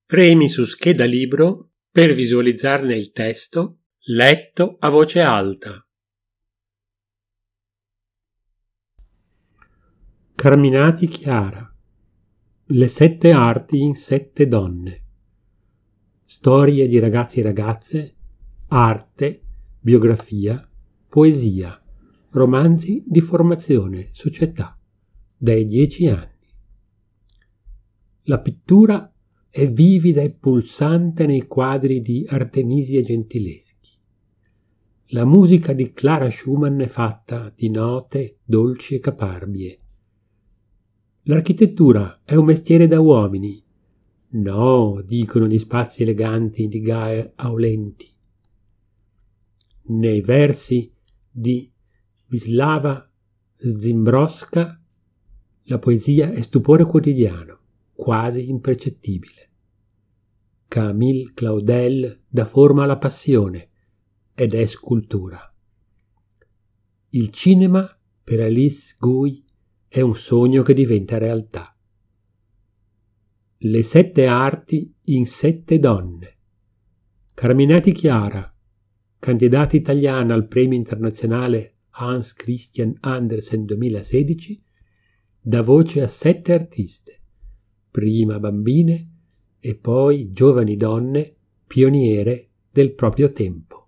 Premi su scheda libro per visualizzarne il testo letto a voce alta. Carminati Chiara. Le 7 arti in 7 donne. Storie di ragazzi e ragazze, arte, biografia, poesia, romanzi di formazione, società, dai 10 anni. La pittura è vivida e pulsante nei quadri di Artemisia Gentileschi. La musica di Clara Schumann è fatta di note dolci e caparbie. L'architettura è un mestiere da uomini. No, dicono gli spazi eleganti di Guy Aulenti. Nei versi di Wisława Szymborska la poesia è stupore quotidiano, quasi impercettibile. Camille Claudel dà forma alla passione ed è scultura. Il cinema per Alice Guy è un sogno che diventa realtà. Le 7 arti in 7 donne. Carminati Chiara, candidata italiana al premio internazionale Hans Christian Andersen 2016, dà voce a 7 artiste, prima bambine e poi giovani donne pioniere del proprio tempo.